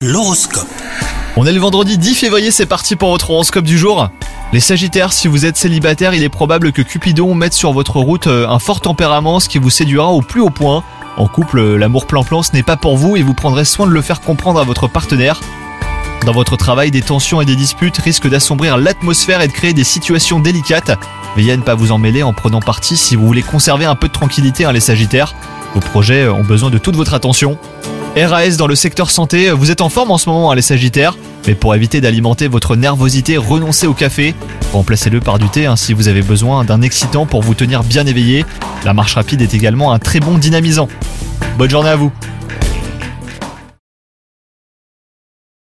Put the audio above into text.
L'horoscope. On est le vendredi 10 février, c'est parti pour votre horoscope du jour. Les Sagittaires, si vous êtes célibataire, il est probable que Cupidon mette sur votre route un fort tempérament, ce qui vous séduira au plus haut point. En couple, l'amour plan-plan, ce n'est pas pour vous et vous prendrez soin de le faire comprendre à votre partenaire. Dans votre travail, des tensions et des disputes risquent d'assombrir l'atmosphère et de créer des situations délicates. Veillez à ne pas vous en mêler en prenant parti si vous voulez conserver un peu de tranquillité, les Sagittaires. Vos projets ont besoin de toute votre attention. RAS dans le secteur santé, vous êtes en forme en ce moment, les Sagittaires, mais pour éviter d'alimenter votre nervosité, renoncez au café. Remplacez-le par du thé si vous avez besoin d'un excitant pour vous tenir bien éveillé. La marche rapide est également un très bon dynamisant. Bonne journée à vous.